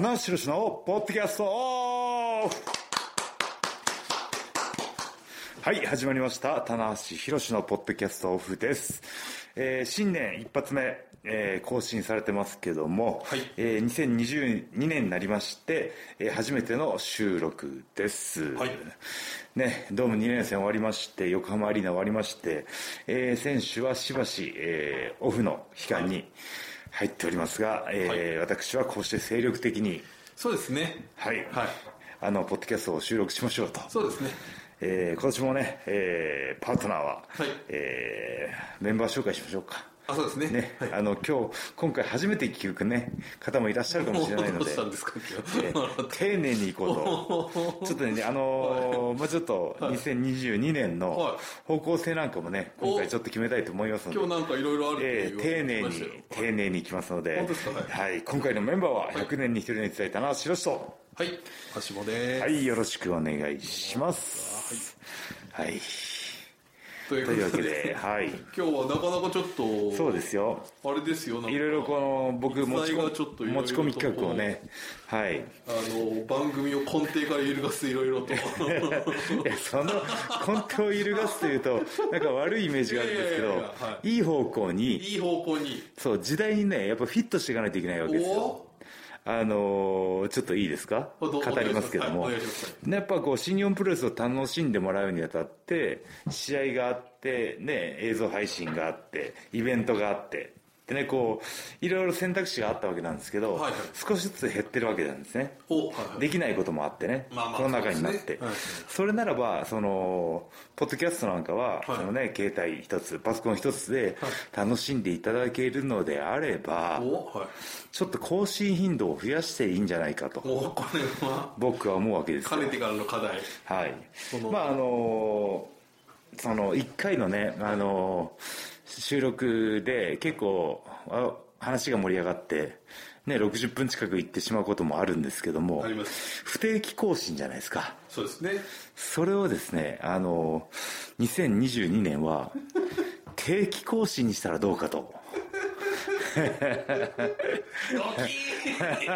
棚橋宏のポッドキャストオフ。はい、始まりました棚橋宏のポッドキャストオフです。新年一発目、更新されてますけども、はい、2022年になりまして、初めての収録です。はい、ね、ドーム2連戦終わりまして、横浜アリーナ終わりまして、選手はしばし、オフの期間に入っておりますが、はい、私はこうして精力的に、 そうですね。 はい、はい、ポッドキャストを収録しましょうと。 そうですね。 今年もね、パートナーは、はい、メンバー紹介しましょうか。 あ、そうですね。 ね、 はい、 今回初めて聞くね、方もいらっしゃるかもしれないので、 どうしたんですか、 丁寧にいこうと。ちょっとね、ちょっと2022年の方向性なんかもね、今回ちょっと決めたいと思いますので、 今日なんかいろいろあるっていう丁寧にいきますので、 本当ですか、 はい、今回のメンバーは100年に一人に伝えた棚橋宏と、 はい、橋本です。 はい、よろしくお願いします。はい。というわけで、はい。 今日はなかなかちょっと、 そうですよ。 あれですよ、 いろいろ僕持ち込み企画をね、はい。 番組を根底から揺るがすいろいろと。いや、その根底を揺るがすというと、なんか悪いイメージがあるんですけど、いい方向に、そう、時代にね、やっぱフィットしていかないといけないわけですよ。ちょっといいですか？語りますけども。やっぱこう、新日本プロレスを楽しんでもらうにあたって、試合があって、ね、映像配信があって、イベントがあって、でね、こう、いろいろ選択肢があったわけなんですけど、はいはい、少しずつ減ってるわけなんですね。はいはい、できないこともあってね、コロナ禍になって。それならば、ポッドキャストなんかは、はい、そのね、携帯一つ、パソコン一つで楽しんでいただけるのであれば、はい、ちょっと更新頻度を増やしていいんじゃないかと、 これは僕は思うわけですよ。 かねてからの課題。 はい。まあ、1回のね、収録で結構話が盛り上がってね、60分近く行ってしまうこともあるんですけども、不定期更新じゃないですか。 そうですね。 それをですね、2022年は定期更新にしたらどうかと。 ドキ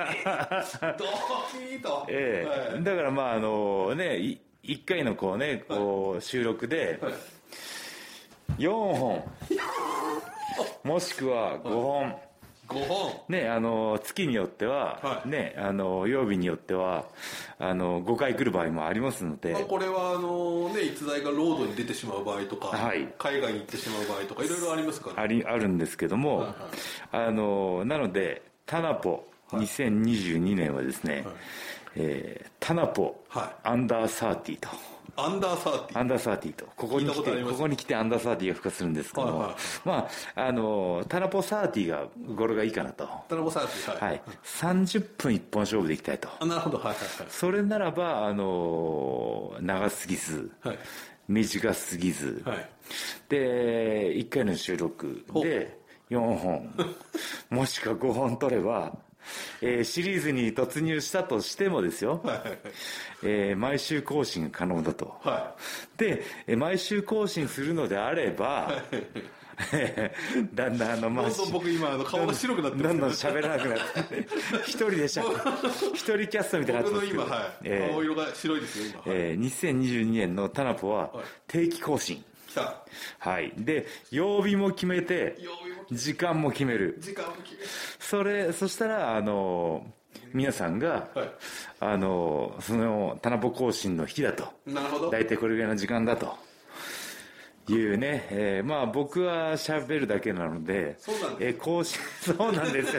ーと。 だからまあね、1回のこうね、こう収録で4本もしくは5本ね、月によっては、ね、曜日によっては5回来る場合もありますので、 これはね、逸材がロードに出てしまう場合とか、はい、海外に行ってしまう場合とかいろいろありますから、 あるんですけども、なのでタナポ2022年はですね、タナポ、アンダー30と、 アンダー 30と、ここに来てアンダー30が復活するんですけども、まあ、タナポ30が語呂がいいかなと。 タナポ30、 はい。30分一本勝負でいきたいと。 なるほど、はい。 それならば、長すぎず、短すぎず、で、1回の収録で4本、もしくは5本取れば、シリーズに突入したとしてもですよ、毎週更新が可能だと、で毎週更新するのであれば、だんだん僕今顔が白くなってどんどん喋らなくなって一人キャストみたいになってますけど、 僕の今、顔色が白いですよ今、 2022年のタナポは定期更新、はい。で、曜日も決めて、時間も決める。そしたら、皆さんが、その、タナポ更新の日だと。 なるほど。 大体これぐらいの時間だと。いうね、まあ僕は喋るだけなので、 そうなんです。 そうなんですよ。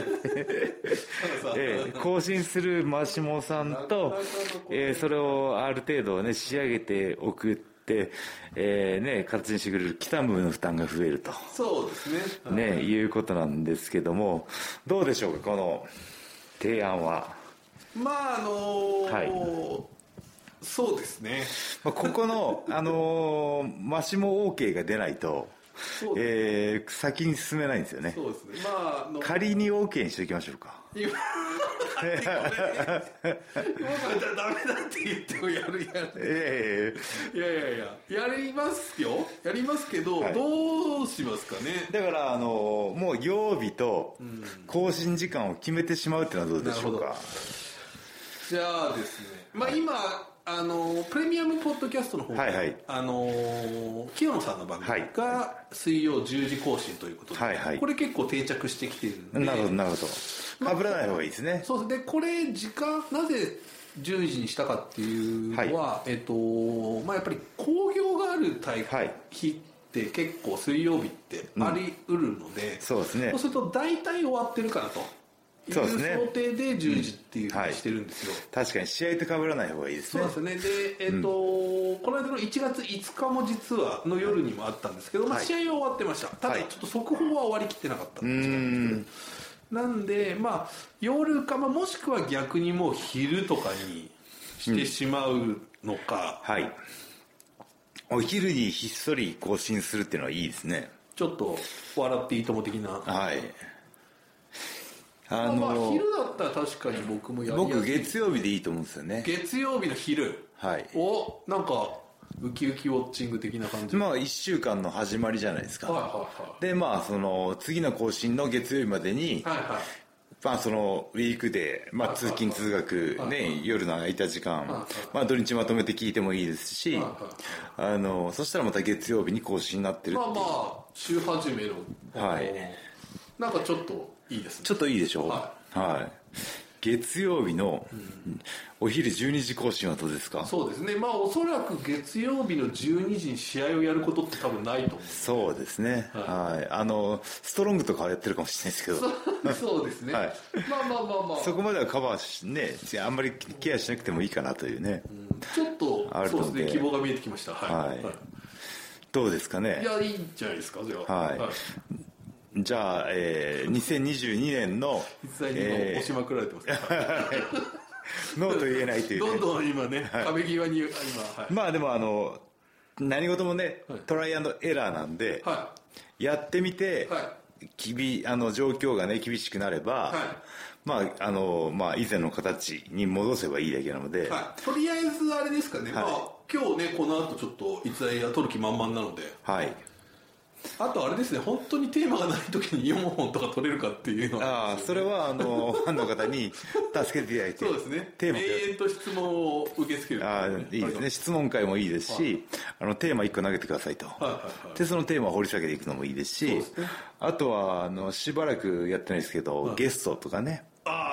更新するマシモさんと、それをある程度ね、仕上げておく。ね、形にしてくれるキタムの負担が増えると、 そうですね、いうことなんですけども、どうでしょうか、この提案は。 まあそうですね、 ここのマシモ OK が出ないと、先に進めないんですよね。 そうですね。まあ仮に OK にしておきましょうか。 今からダメだって言ってもやる。いややりますよ。やりますけど、どうしますかね。 だからもう曜日と更新時間を決めてしまうっていうのはどうでしょうか。 じゃあですね、今プレミアムポッドキャストの方で、清野さんの番組が水曜10時更新ということで、これ結構定着してきているので、 なるほどなるほど、かぶらない方がいいですね。 そうで、これ時間なぜ10時にしたかっていうのは、やっぱり興行がある日って結構水曜日ってありうるので、 そうですね。 そうすると大体終わってるかなという想定で10時っていうふうにしてるんですよ。 確かに試合と被らない方がいいですね。 そうですね。で、この間の1月5日も実はの夜にもあったんですけど、試合は終わってました。ただちょっと速報は終わりきってなかったんですけど、なんで夜か、もしくは逆にもう昼とかにしてしまうのか、 お昼にひっそり更新するっていうのはいいですね。 ちょっと笑っていいとも的な。昼だったら確かに僕もやりやすい。 僕月曜日でいいと思うんですよね。 月曜日の昼、なんかウキウキウォッチング的な感じ。 1週間の始まりじゃないですか。でその次の更新の月曜日までに、そのウィークで、通勤通学ね、夜の空いた時間、土日まとめて聞いてもいいですし、そしたらまた月曜日に更新になってるっていう。 週始めのなんかちょっといいですね。 ちょっといいでしょう。月曜日のお昼12時更新はどうですか？ そうですね。おそらく月曜日の12時に試合をやることって多分ないと思う。 そうですね。ストロングとかはやってるかもしれないですけど。 そうですね。 そこまではカバーしね、あんまりケアしなくてもいいかなというね。 ちょっとそうですね。希望が見えてきました。 どうですかね。 いや、いいんじゃないですか。 じゃあ、2022年の押しまくられてますね。 ノーと言えないという、 どんどん今ね、壁際に今、でも何事もね、トライアンドエラーなんで、やってみて、状況がね厳しくなれば、以前の形に戻せばいいだけなので、 とりあえずあれですかね、今日ねこの後ちょっと逸材が取る気満々なので、あとあれですね、本当にテーマがない時に4本とか取れるかっていうのは、 それはファンの方に助けていただいて、 そうですね、永遠と質問を受け付ける、 いいですね、質問会もいいですし、テーマ1個投げてくださいと、でそのテーマを掘り下げていくのもいいですし、あとはしばらくやってないですけど、ゲストとかね、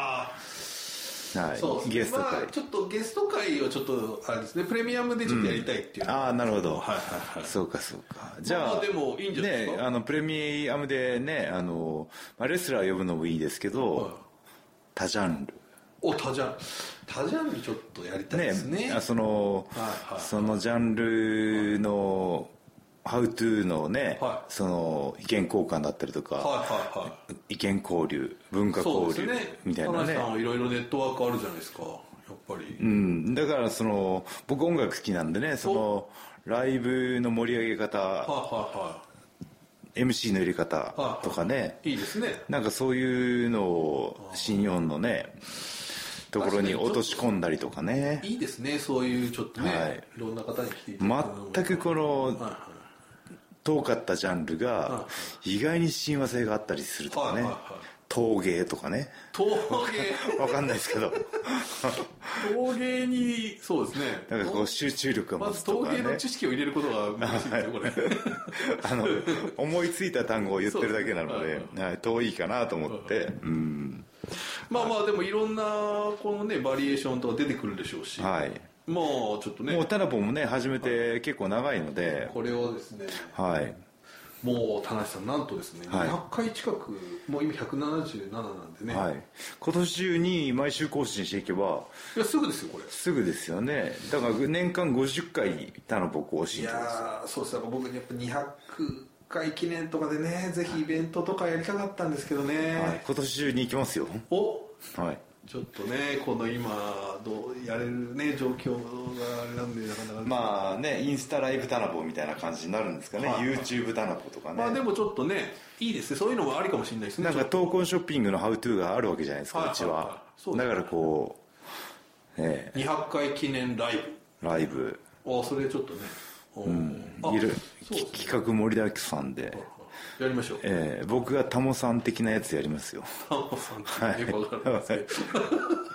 ゲスト会、 ちょっとゲスト会をちょっとあれですね、プレミアムでちょっとやりたいっていう、 なるほど、そうかそうか、じゃあでもいいんじゃないですか、 プレミアムでね、レスラー呼ぶのもいいですけど、多ジャンル、 多ジャンルちょっとやりたいですね。 そのジャンルのハウトゥーのね、その意見交換だったりとか、意見交流、文化交流みたいなね、 田中さんはいろいろネットワークあるじゃないですか、やっぱり。 だから僕音楽好きなんでね、ライブの盛り上げ方、MC の入れ方とかね、 いいですね。 なんかそういうのを新音のねところに落とし込んだりとかね、 いいですね、そういうちょっとね、いろんな方に来ていただくのも全くこの遠かったジャンルが意外に親和性があったりするとかね、陶芸とかね、 陶芸わかんないですけど陶芸にそうですね、 なんかこう集中力がまず陶芸の知識を入れることが難しいですよこれ思いついた単語を言ってるだけなので、遠いかなと思って、でもいろんなこのねバリエーションとか出てくるでしょうし、もうちょっとね、 もうタナポンもね始めて結構長いので、 これをですね、もう田無さんなんとですね、200回近く、もう今177なんでね、 今年中に毎週更新していけば、 いやすぐですよこれ、 すぐですよね。だから年間50回タナポン更新。 いやそうですね、僕やっぱ200回記念とかでね、ぜひイベントとかやりたかったんですけどね、 今年中に行きますよ。 ちょっとね、この今どうやれるね状況があれなんで、なかなかインスタライブタナポみたいな感じになるんですかね、YouTube タナポとかね。 でもちょっとね、いいですね、そういうのもありかもしれないですね。 なんか闘魂ショッピングのハウトゥーがあるわけじゃないですか、うちは。だからこう、 200回記念ライブ、それちょっとね、 企画盛りだくさんでやりましょう。 僕がタモさん的なやつやりますよ。 タモさんってよくわからないですけど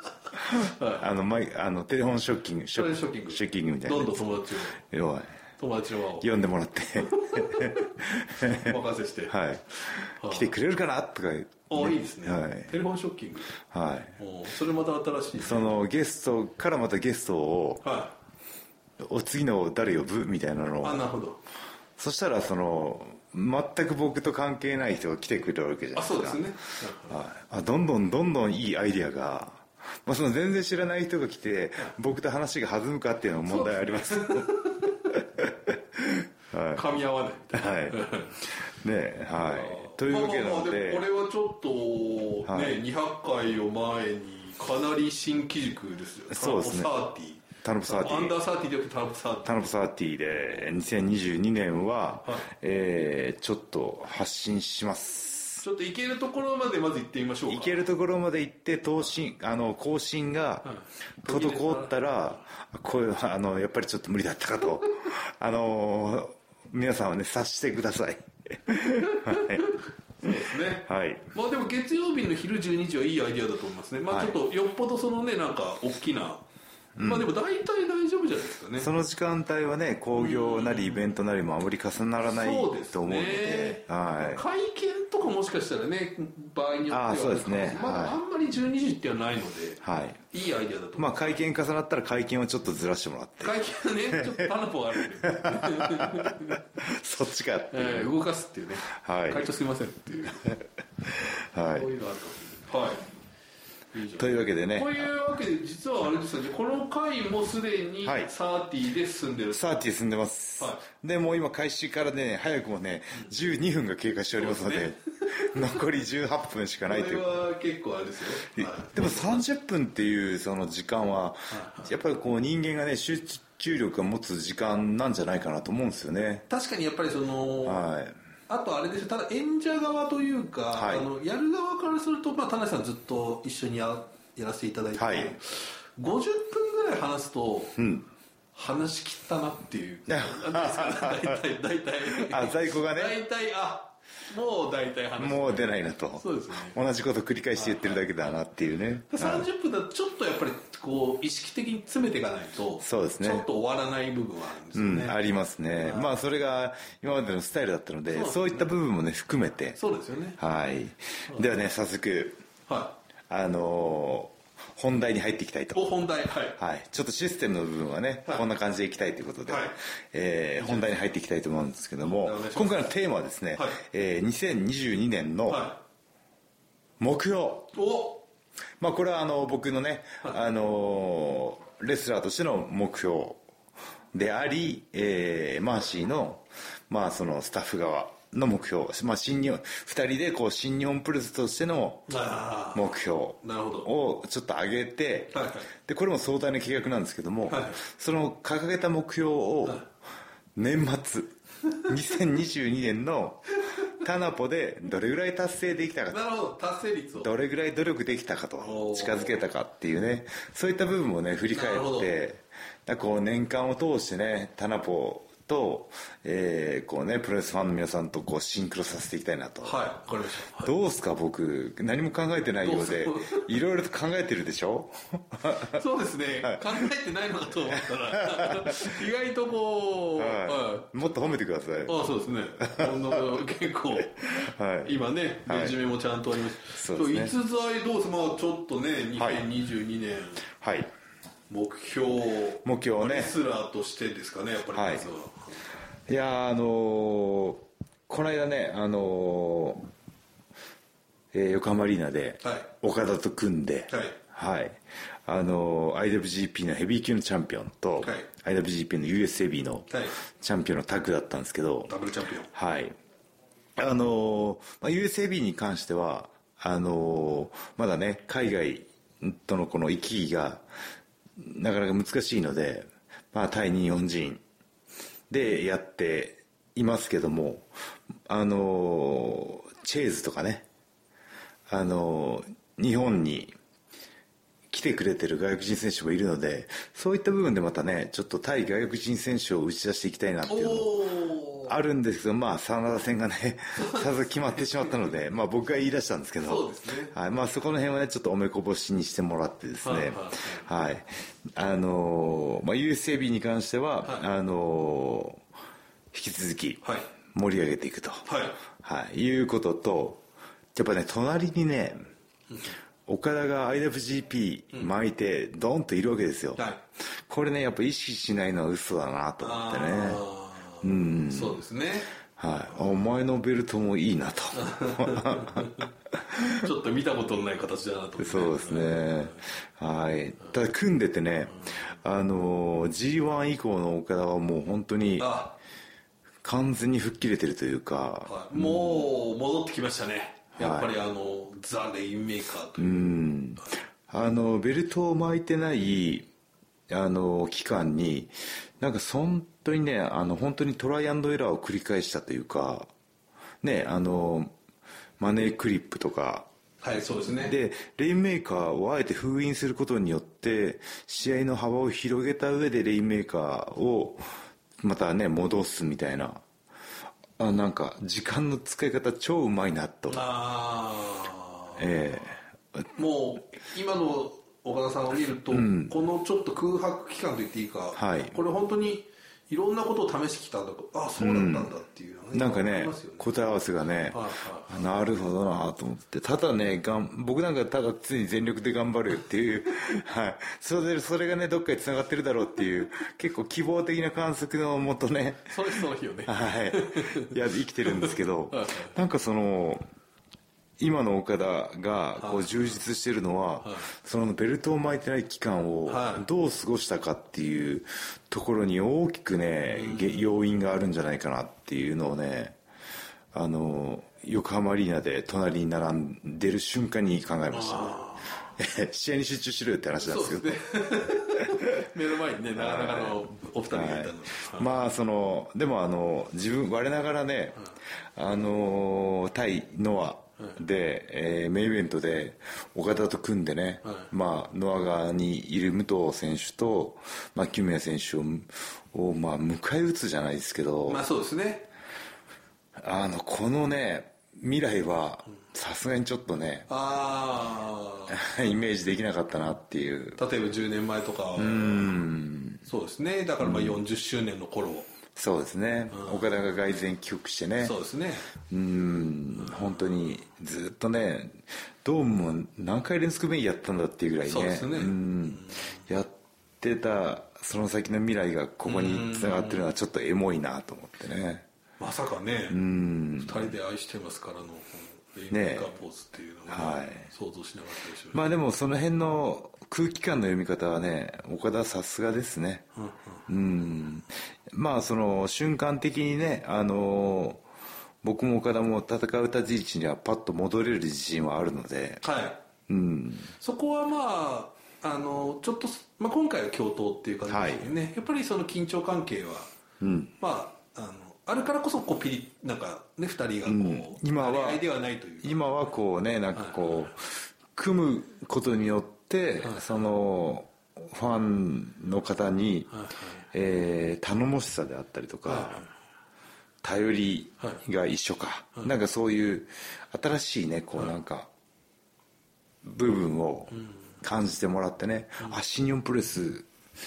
テレフォンショッキングショッキングみたいな。 どんどん友達の輪を呼んでもらってお任せして、 はい、来てくれるかなとか言って、 いいですね、はい、テレフォンショッキング、 はい、 それまた新しい、ね、 そのゲストからまたゲストを、はい、お次の誰呼ぶみたいなのを、 なるほど。 そしたらその全く僕と関係ない人が来てくれるわけじゃないですか。 そうですね、 はい、どんどんいいアイディアが、その全然知らない人が来て僕と話が弾むかっていうのも問題あります。 はい、噛み合わない。 はい。ね、はい。というわけなので、 これはちょっとね、はい、200回を前にかなり新機軸ですよ。 そうですね。タノプサーティー。 アンダーサーティーでよくタノプサーティー。 タノプサーティーで2022年は、はい、ちょっと発信します。 ちょっと行けるところまでまず行ってみましょうか。 行けるところまで行って更新が滞ったら、こういうやっぱりちょっと無理だったかと皆さんはね察してください。はい、 そうですね。 はい。 でも月曜日の昼12時はいいアイディアだと思いますね。ちょっとよっぽどそのねなんか大きな。でも大体大丈夫じゃないですかね。 その時間帯はね興行なりイベントなりもあまり重ならないと思うので、はい、 会見とかもしかしたらね場合によってはそうですね、 あんまり12時ってはないので、 はい、 いいアイデアだと思います。 会見重なったら会見をちょっとずらしてもらって、 会見はねちょっとタナポがあるんでそっちかっていう、 動かすっていうね、はい、会長すいませんっていうはい、 そういうのあるかもしれない。はい、 というわけでね、 というわけで実はあれですよね、この回もすでに30で進んでる、 30進んでます、はい、でもう今開始からね早くもね12分が経過しておりますので、残り18分しかないという。 これは結構あれですよ、 はい、でも30分っていうその時間はやっぱりこう人間がね集中力が持つ時間なんじゃないかなと思うんですよね。 確かにやっぱりその、はい、あとあれですよ、ただ演者側というか、はい、やる側からすると、田中さんずっと一緒にやらせていただいて、はい、50分ぐらい話すと、話し切ったなっていう大体在庫がね大体もう大体話もう出ないなと。 そうですね、 同じこと繰り返して言ってるだけだなっていうね。 30分だとちょっとやっぱりこう意識的に詰めていかないと、 そうですね、 ちょっと終わらない部分はあるんですよね。 ありますね。それが今までのスタイルだったので、そういった部分もね含めて。 そうですよね。 はい。ではね早速、はい、本題に入っていきたいと。 本題、はい、 はい、ちょっとシステムの部分はね、こんな感じでいきたいということで、本題に入っていきたいと思うんですけども、今回のテーマはですね、2022年の目標。これは僕のね、レスラーとしての目標であり、マーシーのそのスタッフ側の目標、新日本2人でこう新日本プロレスとしての目標をちょっと上げて、でこれも壮大な計画なんですけども、その掲げた目標を年末2022年のタナポでどれぐらい達成できたかと、 なるほど、達成率をどれぐらい努力できたかと、近づけたかっていうね、そういった部分もね振り返って、こう年間を通してねタナポと、こうねプロレスファンの皆さんとこうシンクロさせていきたいなと。 はい、わかりました。 どうすか、僕何も考えてないようでいろいろと考えてるでしょ。 そうですね、はい、考えてないのかと思ったら意外とこう、 もっと褒めてください。 そうですね結構、今ねレジュメもちゃんとあります。そうですね、逸材どうすちょっとね2022年、目標ね、レスラーとしてですかね、やっぱりまずは。 いやこの間ね横浜アリーナで岡田と組んで、IWGP のヘビー級のチャンピオンと、IWGP の USAB のチャンピオンのタッグだったんですけど、 ダブルチャンピオン。 はい。USAB に関してはまだね海外とのこの行き来がなかなか難しいので、対日本人でやっていますけども、チェーズとかね、日本に来てくれてる外国人選手もいるので、そういった部分でまたねちょっと対外国人選手を打ち出していきたいなっていうのを、 あるんですけど、まあ真田戦がねさすが決まってしまったので、まあ僕が言い出したんですけど、 そうですね、 はい、まあそこの辺はねちょっとおめこぼしにしてもらってですね、はい、まあ USAB に関しては、引き続き盛り上げていくと、いうことと、やっぱね隣にね、岡田が IWGP 巻いてドンといるわけですよ、これねやっぱ意識しないのは嘘だなと思ってね。 そうですね、 お前のベルトもいいなとちょっと見たことのない形だなと思って、 そうですね、はい。ただ組んでてね、G1 以降の岡田はもう本当に完全に吹っ切れてるというか、 もう戻ってきましたね、やっぱりザ・レインメーカーという、 ベルトを巻いてない期間になんか本当にね本当にトライアンドエラーを繰り返したというかね、マネークリップとか、 そうですね、 でレインメーカーをあえて封印することによって試合の幅を広げた上でレインメーカーをまたね戻すみたいな、なんか時間の使い方超うまいなと。 もう今の岡田さんを見ると、このちょっと空白期間と言っていいか、これ本当にいろんなことを試してきたんだと、そうだったんだっていうのがね、 なんかね答え合わせがね、なるほどなと思って、ただね僕なんかただ常に全力で頑張るっていうそれがねどっかに繋がってるだろうっていう結構希望的な観測のもとねそうよね生きてるんですけどなんか今の岡田がこう充実してるのは、そのベルトを巻いてない期間をどう過ごしたかっていうところに大きくね、要因があるんじゃないかなっていうのをね、横浜アリーナで隣に並んでる瞬間に考えましたね。試合に集中しろよって話なんですけど、 そうですね目の前にねなかなかのお二人がいたの、 まあでも我ながらね、対ノアで、メインイベントで岡田と組んでね、まあノア側にいる武藤選手と、まあ、清宮選手をまあ迎え撃つじゃないですけど、 まあそうですね、 このね未来はさすがにちょっとねイメージできなかったなっていう。 例えば10年前とかそうですね、だからまあ40周年の頃、 そうですね、岡田が凱旋帰国してね、 そうですね、 本当にずっとねドームも何回連続メインやったんだっていうぐらいね、 そうですね、 やってたその先の未来がここにつながってるのはちょっとエモいなと思ってね。 まさかね、2人で愛してますからのレインメーカーポーズっていうのは、想像しなかったでしょうね。 まあでもその辺の空気感の読み方はね岡田さすがですね。まあその瞬間的にね僕も岡田も戦う立ち位置にはパッと戻れる自信はあるので、 そこはまあちょっと、まあ、今回は共闘っていう感じですよね、やっぱりその緊張関係は、まああるからこそこうなんかね2人がこう今はではないという今はこうねなんかこう組むことによってそのファンの方に頼もしさであったりとか頼りが一緒か、なんかそういう新しいねこうなんか部分を感じてもらってね、新日本プロレス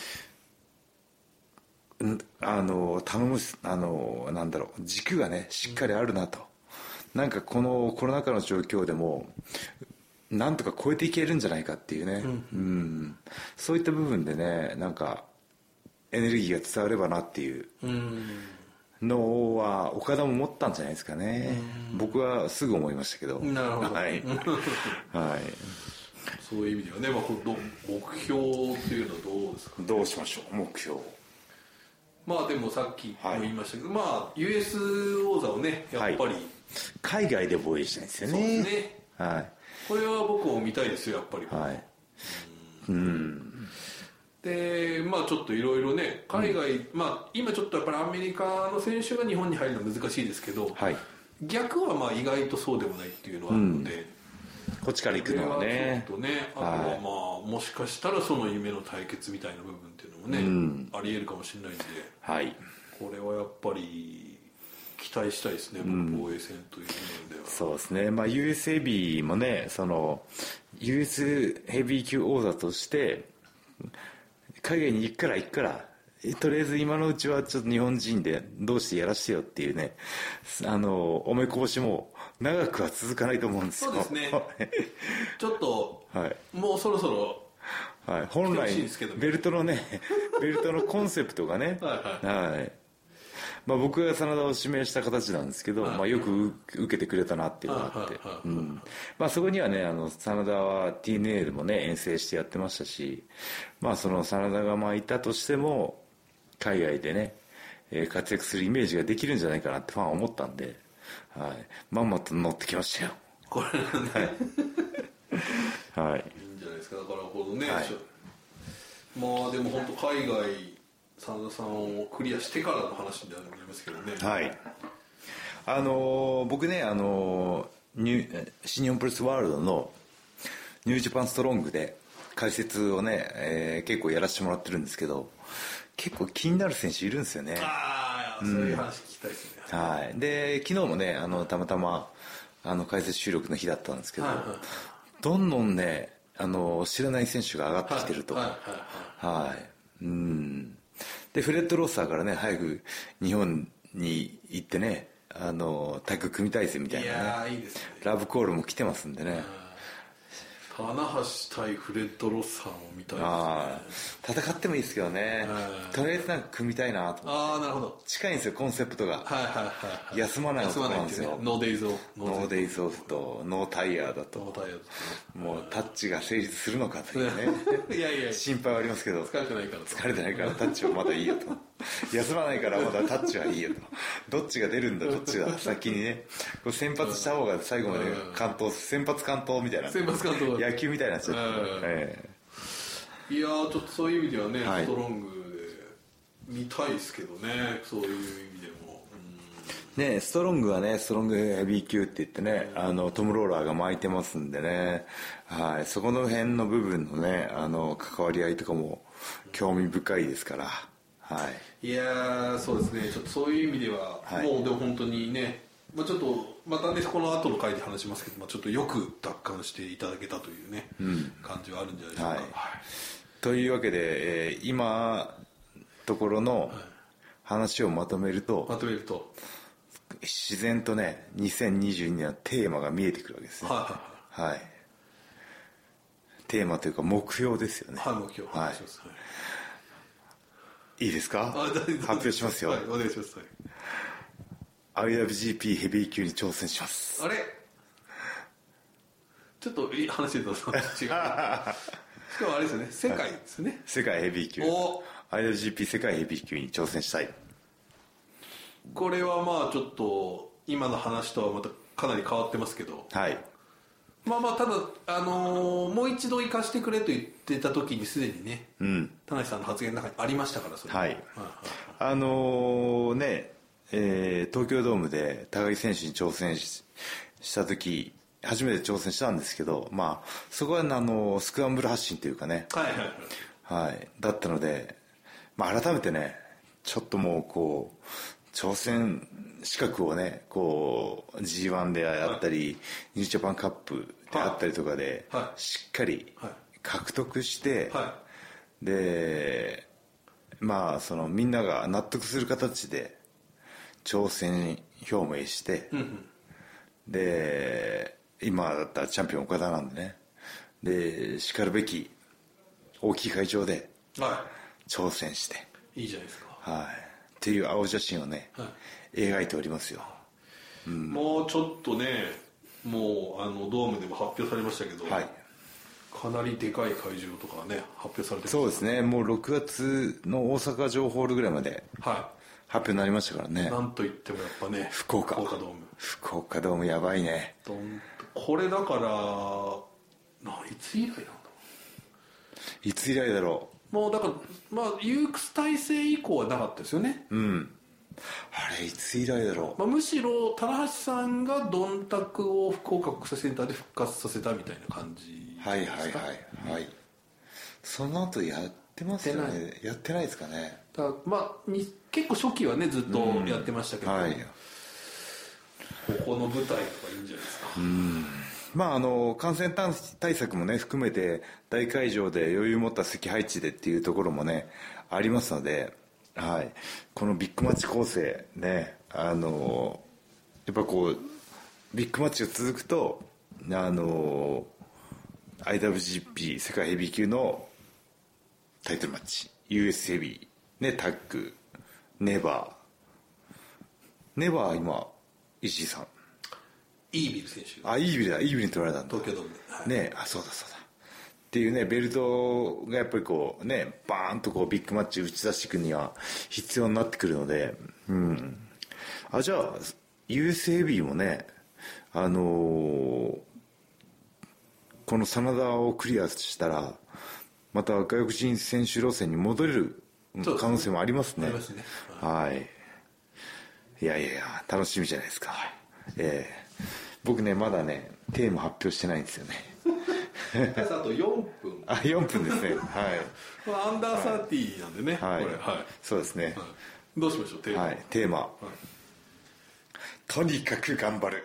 頼むなんだろう軸がねしっかりあるなと、なんかこのコロナ禍の状況でもなんとか超えていけるんじゃないかっていうね、そういった部分でねなんかエネルギーが伝わればなっていうのは岡田も思ったんじゃないですかね。僕はすぐ思いましたけど。 なるほど、そういう意味ではね、まあ、目標っていうのはどうですか、ね、 どうしましょう目標。 まあでもさっきも言いましたけど、まあ US 王座をねやっぱり、 海外で防衛したいんですよね。 そうですね、これは僕も見たいですよやっぱり。でまあちょっといろいろね海外、まあ今ちょっとやっぱりアメリカの選手が日本に入るのは難しいですけど、逆はまあ意外とそうでもないっていうのはあるので、 こっちから行くのはね、 ちょっとね、あとはまあもしかしたらその夢の対決みたいな部分っていうのもね、ありえるかもしれないんで、これはやっぱり期待したいですね、防衛戦というのでは。 そうですね、まあ、US ヘビーもね、その US ヘビー級王座として海外に行くからとりあえず今のうちはちょっと日本人でどうしてやらしてよっていうね、おめこぼしも長くは続かないと思うんですよ。 そうですねちょっと、はい、もうそろそろ、 はい、本来ベルトのコンセプトがねはい、まあ、僕が真田を指名した形なんですけど、まあ、よく受けてくれたなっていうのがあって、まあ、そこにはね真田は TNA でもね遠征してやってましたし、まあ、その真田がまあいたとしても海外でね活躍するイメージができるんじゃないかなってファンは思ったんで、はい、まんまと乗ってきましたよこれねはい、はい、 いいんじゃないですか。だからこのね、はい、まあでも本当海外真田さんをクリアしてからの話になりますけどね。 はい、僕ね新日本プロレスワールドのニュージャパンストロングで解説をね、結構やらせてもらってるんですけど、結構気になる選手いるんですよね。 ああ、そういう話聞きたいですね。 はい。で昨日もねたまたま解説収録の日だったんですけど、どんどんね知らない選手が上がってきてると。はい。でフレッド・ロッサーからね早く日本に行ってねタッグ組みたいぜみたいなね。 いやいいですね。 ラブコールも来てますんでね。 棚橋対フレッド・ロッサーを見たいですね。戦ってもいいですけどね、とりあえずなんか組みたいなと思って。 なるほど。 近いんですよコンセプトが。休まない男なんですよ。 ノーデイズオフ。 ノーデイズオフとノータイヤーだともうタッチが成立するのかというねいやいや心配はありますけど、 疲れてないからタッチはまだいいよと休まないからまだタッチはいいよとどっちが出るんだどっちが先にねこう先発した方が最後まで完投先発完投みたいな野球みたいになっちゃって、 いやちょっとそういう意味ではね、ストロングで見たいですけどね、そういう意味でも、 ね、ストロングはねストロングヘビー級って言ってねトム・ローラーが巻いてますんでね、はい、そこの辺の部分のね関わり合いとかも興味深いですから、はい、 いやそうですね、ちょっとそういう意味では、もうでも本当にね、まあ、ちょっとまたねこの後の回で話しますけど、まあ、ちょっとよく奪還していただけたというね、感じはあるんじゃないでしょうか、はいというわけで、今ところの話をまとめると、自然とね2022年のテーマが見えてくるわけですね。はい、テーマというか目標ですよね。 目標、はい、 いいですか？発表しますよ。 はい、お願いします。 はい、IWGP ヘビー級に挑戦します。 あれちょっと話してた違うしかもあれですよね、世界ですね、 世界ヘビー級 IWGP 世界ヘビー級に挑戦したい。 これはまあちょっと今の話とはまたかなり変わってますけど、 はい、 まあただもう一度行かしてくれと言ってた時にすでにね、田無さんの発言の中にありましたから、それはい、ね東京ドームで高木選手に挑戦した時初めて挑戦したんですけど、まあそこはスクランブル発進というかね、だったので、まあ、改めてねちょっともうこう挑戦資格をねこう G1 であったり、ニュージャパンカップであったりとかでしっかり獲得して、でまあそのみんなが納得する形で挑戦表明して、で今だったらチャンピオン岡田なんでね、でしかるべき大きい会場で挑戦して、 いいじゃないですか、 はい、っていう青写真をね、描いておりますよ。 もうちょっとね、もうドームでも発表されましたけど、かなりでかい会場とかね発表されてます。 そうですね、もう6月の大阪城ホールぐらいまで発表になりましたからね。 なんといってもやっぱね福岡ドームやばいね。 これだからいつ以来なんだろう。いつ以来だろう。もうだからまあユークス体制以降はなかったですよね。 あれいつ以来だろう。 むしろ棚橋さんがドンタクを福岡国際センターで復活させたみたいな感じですか。 はい。その後やってますよね。やってないですかね。 だまあ結構初期はねずっとやってましたけど、 ここの舞台とかいいんじゃないですか。 まあ感染対策もね含めて大会場で余裕持った席配置でっていうところもねありますので、はい、このビッグマッチ構成ねやっぱこうビッグマッチが続くとIWGP 世界ヘビー級のタイトルマッチ US ヘビー、ね、タッグネバー今石井さんイービル選手、 イービルに取られたんだ東京ドームで、 はい、ねそうだっていうねベルトがやっぱりこうねバーンとこうビッグマッチ打ち出していくには必要になってくるので、じゃあ US ヘビーもねこの真田をクリアしたらまた外国人選手路線に戻れる可能性もありますね。 ありますね。 はい。いや楽しみじゃないですか。僕ねまだねテーマ発表してないんですよね。 あと4分。 4分ですね。はい。 アンダー30なんでね。 はい。 これはい。 そうですね。 どうしましょうテーマ。 はい。テーマ。とにかく頑張る。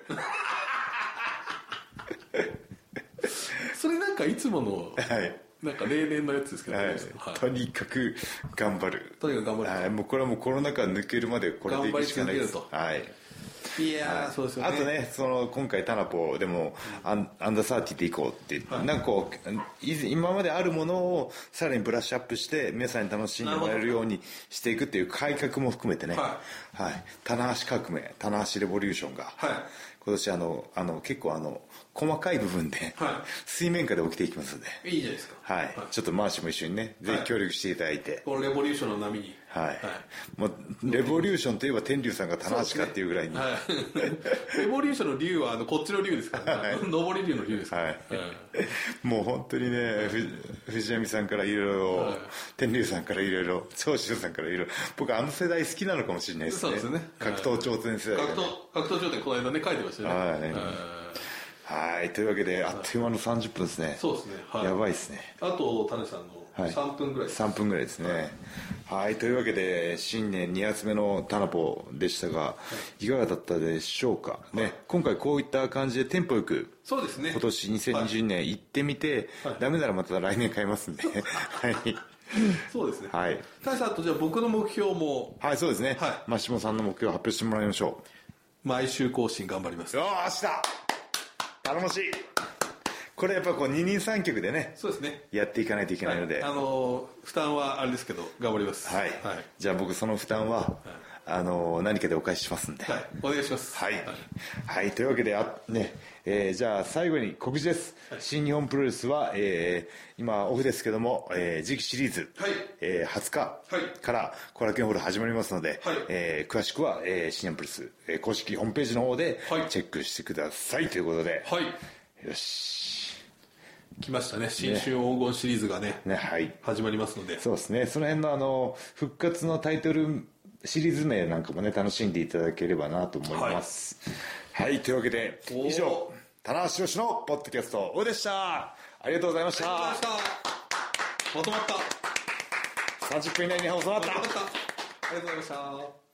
それなんかいつもの、なんか例年のやつですけど、 とにかく頑張る。 とにかく頑張る。 はい、もうこれはもうコロナ禍抜けるまでこれでいくしかないです。はい。 いやそうですよね。 あとね今回タナポでもアンダー30でいこうって、なんかこう今まであるものをさらにブラッシュアップして皆さんに楽しんでもらえるようにしていくっていう改革も含めてね、棚橋革命棚橋レボリューションが、今年結構細かい部分で、水面下で起きていきますのでいいじゃないですか。 はい、ちょっとマーシも一緒にねぜひ協力していただいて、 このレボリューションの波にもうレボリューションといえば天竜さんが棚橋かっていうぐらいに、 レボリューションの竜はこっちの竜ですからね。上り竜の竜ですから、 もう本当にね藤波さんからいろいろ天竜さんからいろいろ長州さんからいろいろ僕世代好きなのかもしれないですね。 そうですね。 格闘頂点世代、 格闘頂点この間ね書いてましたね。 はい、というわけであっという間の30分ですね。 そうですね。 やばいですね。 あと種さんの3分ぐらいです。 3分ぐらいですね。はい、というわけで新年2発目のタナポでしたが、いかがだったでしょうかね。今回こういった感じでテンポよく、 そうですね。 今年2020年行ってみて、ダメならまた来年買いますんで、はい。 そうですね。 はい。 種さんとじゃあ僕の目標も、 はいそうですね。マシモさんの目標を発表してもらいましょう。毎週更新頑張ります。 よーしだ。頼もしい。これやっぱこう二人三脚でね、 そうですね、 やっていかないといけないので、 負担はあれですけど頑張ります。 はい、じゃあ僕その負担は、何かでお返ししますんで、 お願いします。 はい、というわけでじゃあ最後に告知です。新日本プロレスは、今オフですけども、次期シリーズ、20日から後楽園ホール始まりますので、詳しくは、新日本プロレス、公式ホームページの方でチェックしてくださいということで、よし来ましたね。新春黄金シリーズがね始まりますので、 そうですね。その辺の復活のタイトルシリーズ名なんかもね楽しんでいただければなと思います。はい、というわけで以上棚橋宏のポッドキャストおでした。ありがとうございました。 まとまった。 30分以内に収まった。 ありがとうございました。